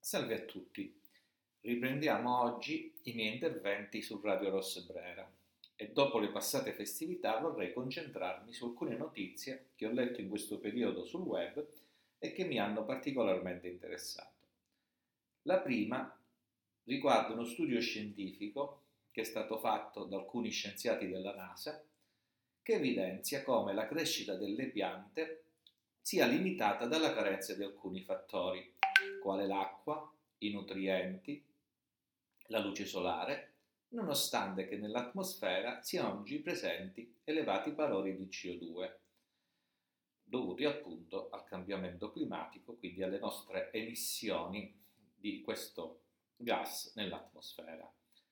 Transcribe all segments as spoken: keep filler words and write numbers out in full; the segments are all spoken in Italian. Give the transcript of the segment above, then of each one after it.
Salve a tutti, riprendiamo oggi i miei interventi su Radio Rosse Brera e dopo le passate festività vorrei concentrarmi su alcune notizie che ho letto in questo periodo sul web e che mi hanno particolarmente interessato. La prima riguarda uno studio scientifico che è stato fatto da alcuni scienziati della NASA che evidenzia come la crescita delle piante sia limitata dalla carenza di alcuni fattori, quale l'acqua, i nutrienti, la luce solare, nonostante che nell'atmosfera siano oggi presenti elevati valori di C O due, dovuti appunto al cambiamento climatico, quindi alle nostre emissioni di questo gas nell'atmosfera.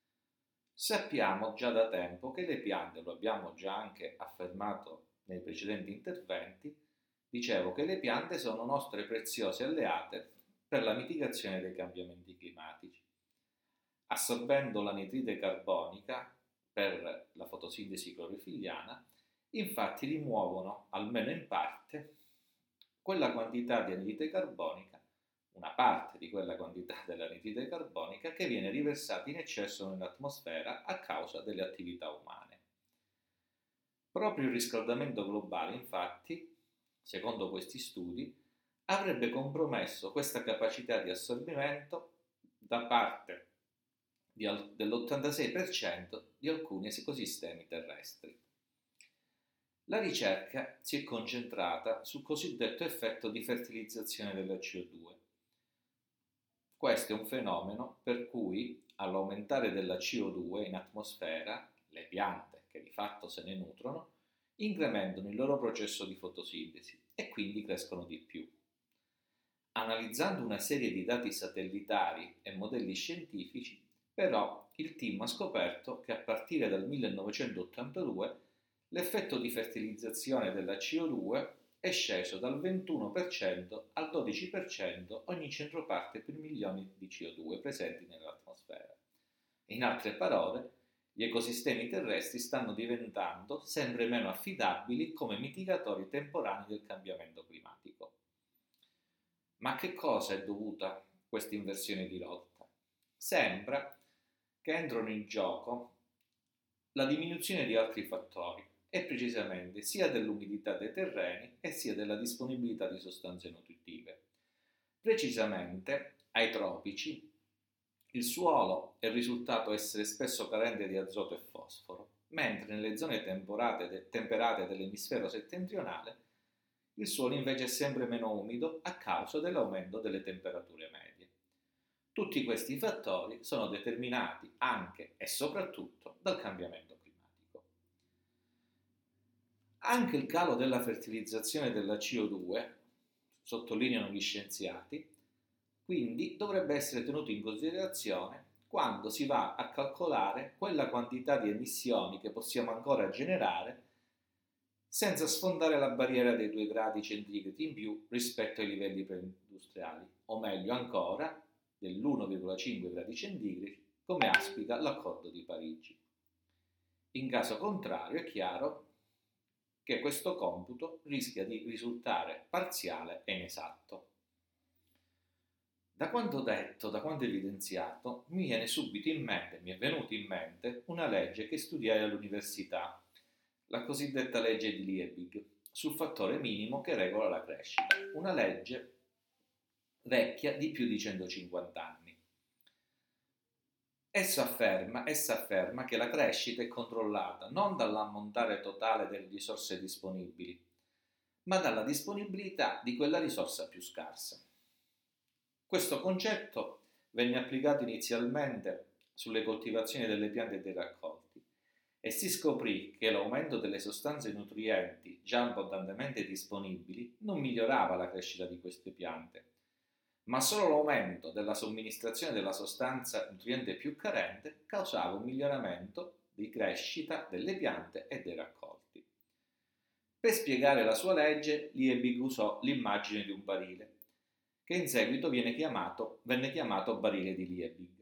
Sappiamo già da tempo che le piante, lo abbiamo già anche affermato nei precedenti interventi, dicevo che le piante sono nostre preziose alleate per la mitigazione dei cambiamenti climatici. Assorbendo l'anidride carbonica per la fotosintesi clorofilliana, infatti rimuovono, almeno in parte, quella quantità di anidride carbonica, una parte di quella quantità dell'anidride carbonica che viene riversata in eccesso nell'atmosfera a causa delle attività umane. Proprio il riscaldamento globale, infatti, secondo questi studi, avrebbe compromesso questa capacità di assorbimento da parte di al- dell'ottantasei per cento di alcuni ecosistemi terrestri. La ricerca si è concentrata sul cosiddetto effetto di fertilizzazione della C O due. Questo è un fenomeno per cui, all'aumentare della C O due in atmosfera, le piante, che di fatto se ne nutrono, incrementano il loro processo di fotosintesi e quindi crescono di più. Analizzando una serie di dati satellitari e modelli scientifici, però il team ha scoperto che a partire dal millenovecentottantadue l'effetto di fertilizzazione della C O due è sceso dal ventuno per cento al dodici per cento ogni centroparte per milioni di C O due presenti nell'atmosfera. In altre parole, gli ecosistemi terrestri stanno diventando sempre meno affidabili come mitigatori temporanei del cambiamento climatico. Ma a che cosa è dovuta questa inversione di rotta? Sembra che entrano in gioco la diminuzione di altri fattori, e precisamente sia dell'umidità dei terreni e sia della disponibilità di sostanze nutritive. Precisamente ai tropici il suolo è risultato essere spesso carente di azoto e fosforo, mentre nelle zone temperate, temperate dell'emisfero settentrionale il suolo invece è sempre meno umido a causa dell'aumento delle temperature medie. Tutti questi fattori sono determinati anche e soprattutto dal cambiamento climatico. Anche il calo della fertilizzazione della C O due, sottolineano gli scienziati, quindi dovrebbe essere tenuto in considerazione quando si va a calcolare quella quantità di emissioni che possiamo ancora generare senza sfondare la barriera dei due gradi centigradi in più rispetto ai livelli preindustriali, o meglio ancora dell'uno virgola cinque gradi centigradi come auspica l'accordo di Parigi. In caso contrario è chiaro che questo computo rischia di risultare parziale e inesatto. Da quanto detto, da quanto evidenziato, mi viene subito in mente, mi è venuta in mente una legge che studiai all'università, la cosiddetta legge di Liebig, sul fattore minimo che regola la crescita, una legge vecchia di più di centocinquanta anni. Essa afferma, essa afferma che la crescita è controllata non dall'ammontare totale delle risorse disponibili, ma dalla disponibilità di quella risorsa più scarsa. Questo concetto venne applicato inizialmente sulle coltivazioni delle piante e dei raccolti e si scoprì che l'aumento delle sostanze nutrienti già abbondantemente disponibili non migliorava la crescita di queste piante, ma solo l'aumento della somministrazione della sostanza nutriente più carente causava un miglioramento di crescita delle piante e dei raccolti. Per spiegare la sua legge, Liebig usò l'immagine di un barile, che in seguito viene chiamato, venne chiamato barile di Liebig.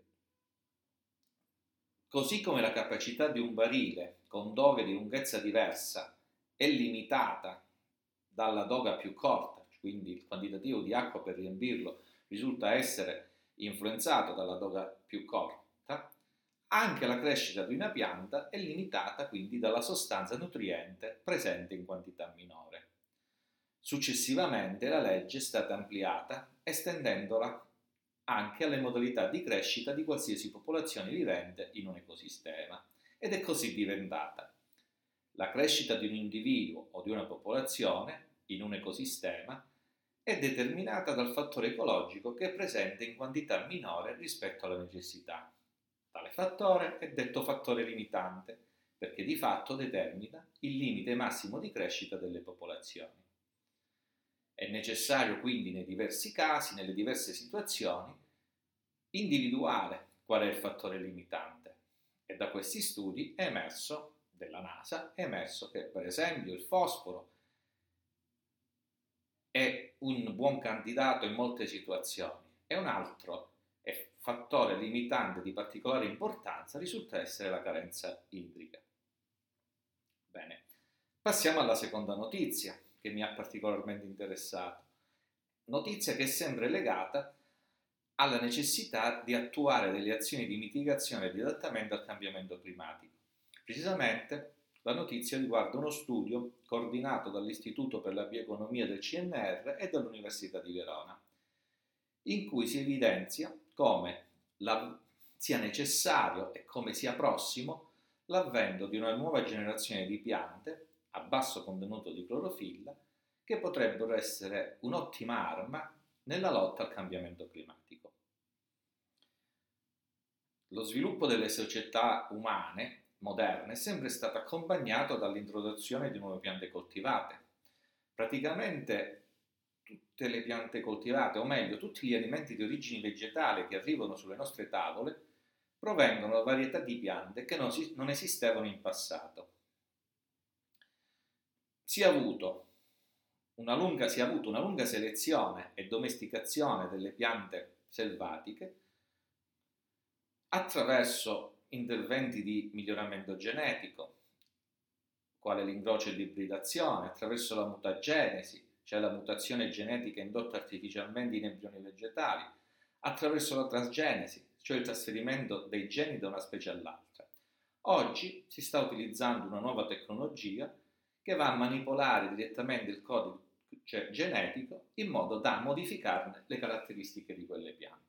Così come la capacità di un barile con doghe di lunghezza diversa è limitata dalla doga più corta, quindi il quantitativo di acqua per riempirlo risulta essere influenzato dalla doga più corta, anche la crescita di una pianta è limitata quindi dalla sostanza nutriente presente in quantità minore. Successivamente la legge è stata ampliata estendendola anche alle modalità di crescita di qualsiasi popolazione vivente in un ecosistema ed è così diventata: la crescita di un individuo o di una popolazione in un ecosistema è determinata dal fattore ecologico che è presente in quantità minore rispetto alla necessità. Tale fattore è detto fattore limitante perché di fatto determina il limite massimo di crescita delle popolazioni. È necessario quindi nei diversi casi, nelle diverse situazioni, individuare qual è il fattore limitante e da questi studi è emerso, della NASA, è emerso che per esempio il fosforo è un buon candidato in molte situazioni e un altro fattore limitante di particolare importanza risulta essere la carenza idrica. Bene, passiamo alla seconda notizia che mi ha particolarmente interessato, notizia che è sempre legata alla necessità di attuare delle azioni di mitigazione e di adattamento al cambiamento climatico. Precisamente la notizia riguarda uno studio coordinato dall'Istituto per la Bioeconomia del C N R e dall'Università di Verona, in cui si evidenzia come la, sia necessario e come sia prossimo l'avvento di una nuova generazione di piante a basso contenuto di clorofilla che potrebbero essere un'ottima arma nella lotta al cambiamento climatico. Lo sviluppo delle società umane moderne è sempre stato accompagnato dall'introduzione di nuove piante coltivate. Praticamente tutte le piante coltivate, o meglio, tutti gli alimenti di origine vegetale che arrivano sulle nostre tavole provengono da varietà di piante che non, si, non esistevano in passato. Si è avuto una lunga, si è avuto una lunga selezione e domesticazione delle piante selvatiche attraverso interventi di miglioramento genetico, quale l'incrocio e l'ibridazione, attraverso la mutagenesi, cioè la mutazione genetica indotta artificialmente in embrioni vegetali, attraverso la transgenesi, cioè il trasferimento dei geni da una specie all'altra. Oggi si sta utilizzando una nuova tecnologia che va a manipolare direttamente il codice genetico in modo da modificarne le caratteristiche di quelle piante.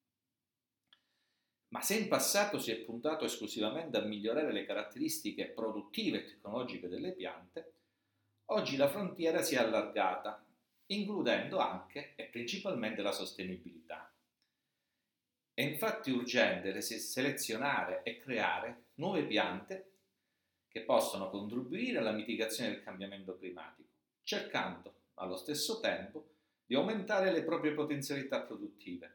Ma se in passato si è puntato esclusivamente a migliorare le caratteristiche produttive e tecnologiche delle piante, oggi la frontiera si è allargata, includendo anche e principalmente la sostenibilità. È infatti urgente selezionare e creare nuove piante che possono contribuire alla mitigazione del cambiamento climatico, cercando allo stesso tempo di aumentare le proprie potenzialità produttive.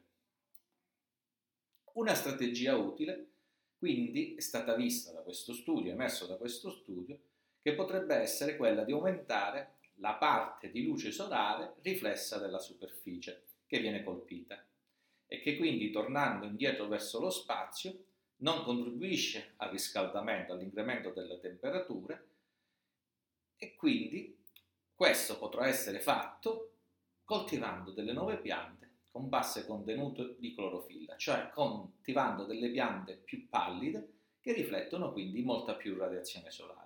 Una strategia utile, quindi, è stata vista da questo studio, emerso da questo studio, che potrebbe essere quella di aumentare la parte di luce solare riflessa dalla superficie che viene colpita e che quindi, tornando indietro verso lo spazio, non contribuisce al riscaldamento, all'incremento delle temperature e quindi questo potrà essere fatto coltivando delle nuove piante con basso contenuto di clorofilla, cioè coltivando delle piante più pallide che riflettono quindi molta più radiazione solare.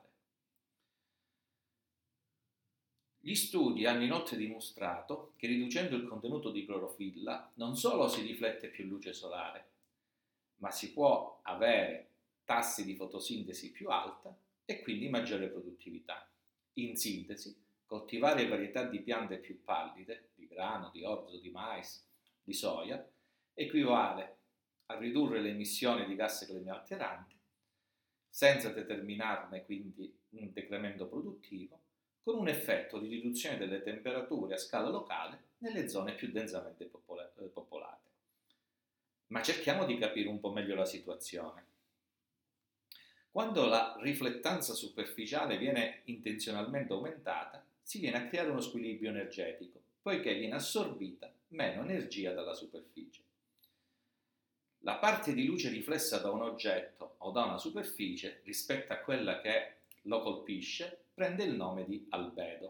Gli studi hanno inoltre dimostrato che riducendo il contenuto di clorofilla non solo si riflette più luce solare, ma si può avere tassi di fotosintesi più alta e quindi maggiore produttività. In sintesi, coltivare varietà di piante più pallide, di grano, di orzo, di mais, di soia, equivale a ridurre le emissioni di gas climalteranti senza determinarne quindi un decremento produttivo, con un effetto di riduzione delle temperature a scala locale nelle zone più densamente popola- popolate. Ma cerchiamo di capire un po' meglio la situazione. Quando la riflettanza superficiale viene intenzionalmente aumentata, si viene a creare uno squilibrio energetico, poiché viene assorbita meno energia dalla superficie. La parte di luce riflessa da un oggetto o da una superficie rispetto a quella che lo colpisce prende il nome di albedo.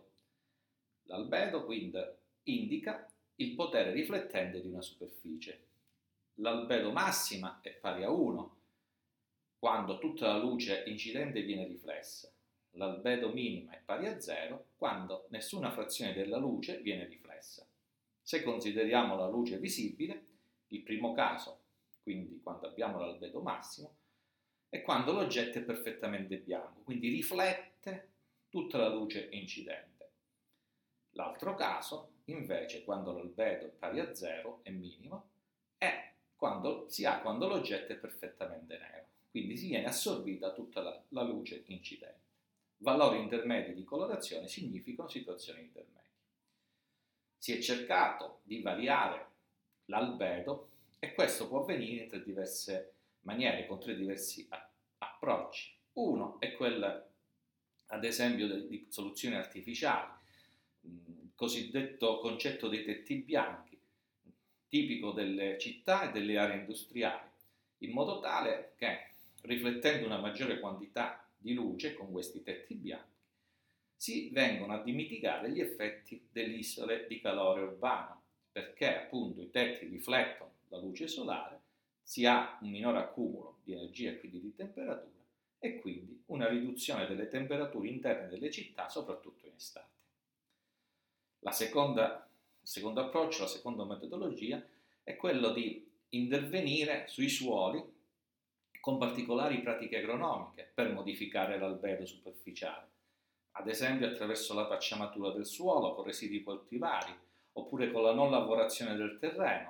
L'albedo quindi indica il potere riflettente di una superficie. l'albedo massima è pari a uno, quando tutta la luce incidente viene riflessa. L'albedo minima è pari a zero, quando nessuna frazione della luce viene riflessa. Se consideriamo la luce visibile, il primo caso, quindi quando abbiamo l'albedo massimo, è quando l'oggetto è perfettamente bianco, quindi riflette tutta la luce incidente. L'altro caso, invece, quando l'albedo è pari a zero, è minimo, è quando si ha quando l'oggetto è perfettamente nero, quindi si viene assorbita tutta la, la luce incidente. Valori intermedi di colorazione significano situazioni intermedie. Si è cercato di variare l'albedo e questo può avvenire in tre diverse maniere, con tre diversi approcci. Uno è quello, ad esempio, di soluzioni artificiali, il cosiddetto concetto dei tetti bianchi, tipico delle città e delle aree industriali, in modo tale che, riflettendo una maggiore quantità di luce con questi tetti bianchi, si vengono a mitigare gli effetti delle isole di calore urbano, perché appunto i tetti riflettono la luce solare, si ha un minore accumulo di energia e quindi di temperatura e quindi una riduzione delle temperature interne delle città, soprattutto in estate. La seconda, il secondo approccio, la seconda metodologia è quello di intervenire sui suoli con particolari pratiche agronomiche per modificare l'albedo superficiale, ad esempio attraverso la pacciamatura del suolo con residui coltivari, oppure con la non lavorazione del terreno,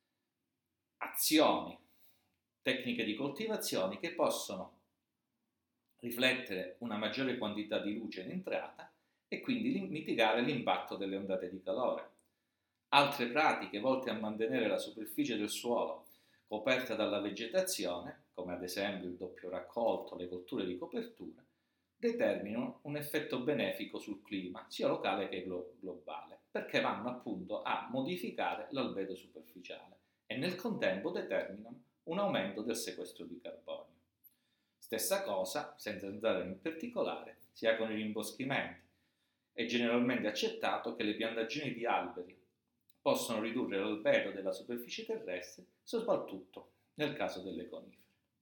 azioni, tecniche di coltivazione che possono riflettere una maggiore quantità di luce in entrata e quindi mitigare l'impatto delle ondate di calore. Altre pratiche volte a mantenere la superficie del suolo coperta dalla vegetazione, come ad esempio il doppio raccolto, le colture di copertura, determinano un effetto benefico sul clima, sia locale che glo- globale, perché vanno appunto a modificare l'albedo superficiale e nel contempo determinano un aumento del sequestro di carbonio. Stessa cosa, senza andare in particolare, si ha con i rimboschimenti. È generalmente accettato che le piantagioni di alberi possono ridurre l'albedo della superficie terrestre, soprattutto nel caso delle conifere.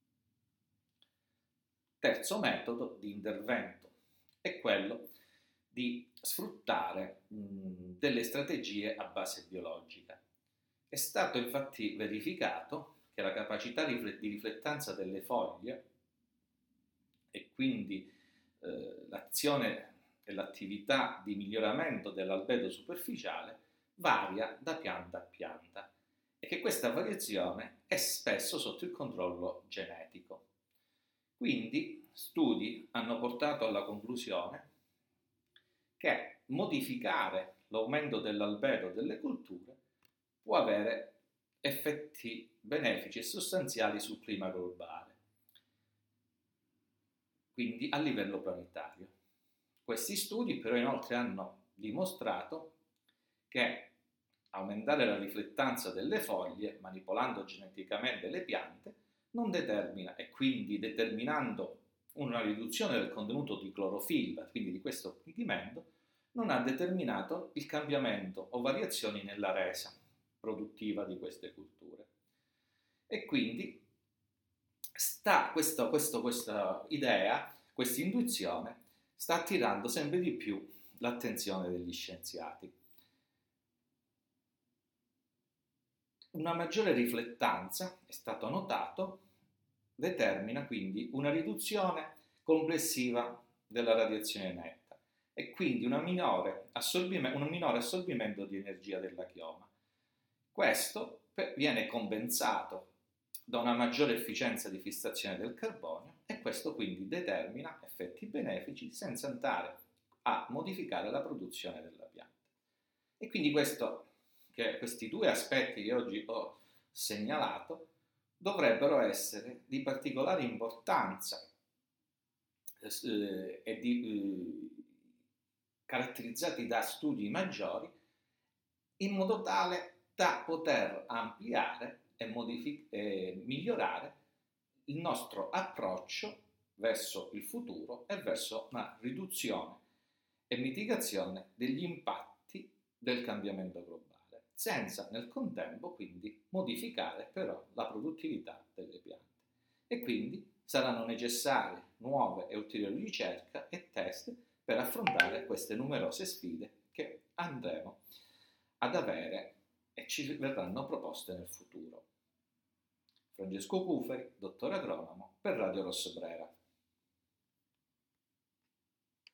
Terzo metodo di intervento è quello di sfruttare mh, delle strategie a base biologica. È stato infatti verificato che la capacità di riflettanza delle foglie e quindi eh, l'azione e l'attività di miglioramento dell'albedo superficiale varia da pianta a pianta e che questa variazione è spesso sotto il controllo genetico. Quindi studi hanno portato alla conclusione che modificare l'aumento dell'albedo delle colture può avere effetti benefici e sostanziali sul clima globale, quindi a livello planetario. Questi studi però inoltre hanno dimostrato che aumentare la riflettanza delle foglie manipolando geneticamente le piante non determina, e quindi determinando una riduzione del contenuto di clorofilla, quindi di questo pigmento, non ha determinato il cambiamento o variazioni nella resa produttiva di queste culture. E quindi sta questo, questo, questa idea, questa intuizione, sta attirando sempre di più l'attenzione degli scienziati. Una maggiore riflettanza, è stato notato, determina quindi una riduzione complessiva della radiazione netta e quindi una minore assorbimento, un minore assorbimento di energia della chioma. Questo viene compensato da una maggiore efficienza di fissazione del carbonio e questo quindi determina effetti benefici senza andare a modificare la produzione della pianta. E quindi questo, che questi due aspetti che oggi ho segnalato dovrebbero essere di particolare importanza eh, e di, eh, caratterizzati da studi maggiori in modo tale da poter ampliare e, modific- e migliorare il nostro approccio verso il futuro e verso una riduzione e mitigazione degli impatti del cambiamento globale. senza nel contempo quindi modificare però la produttività delle piante. E quindi saranno necessarie nuove e ulteriori ricerche e test per affrontare queste numerose sfide che andremo ad avere e ci verranno proposte nel futuro. Francesco Cuferi, dottore agronomo per Radio Rosso Brera.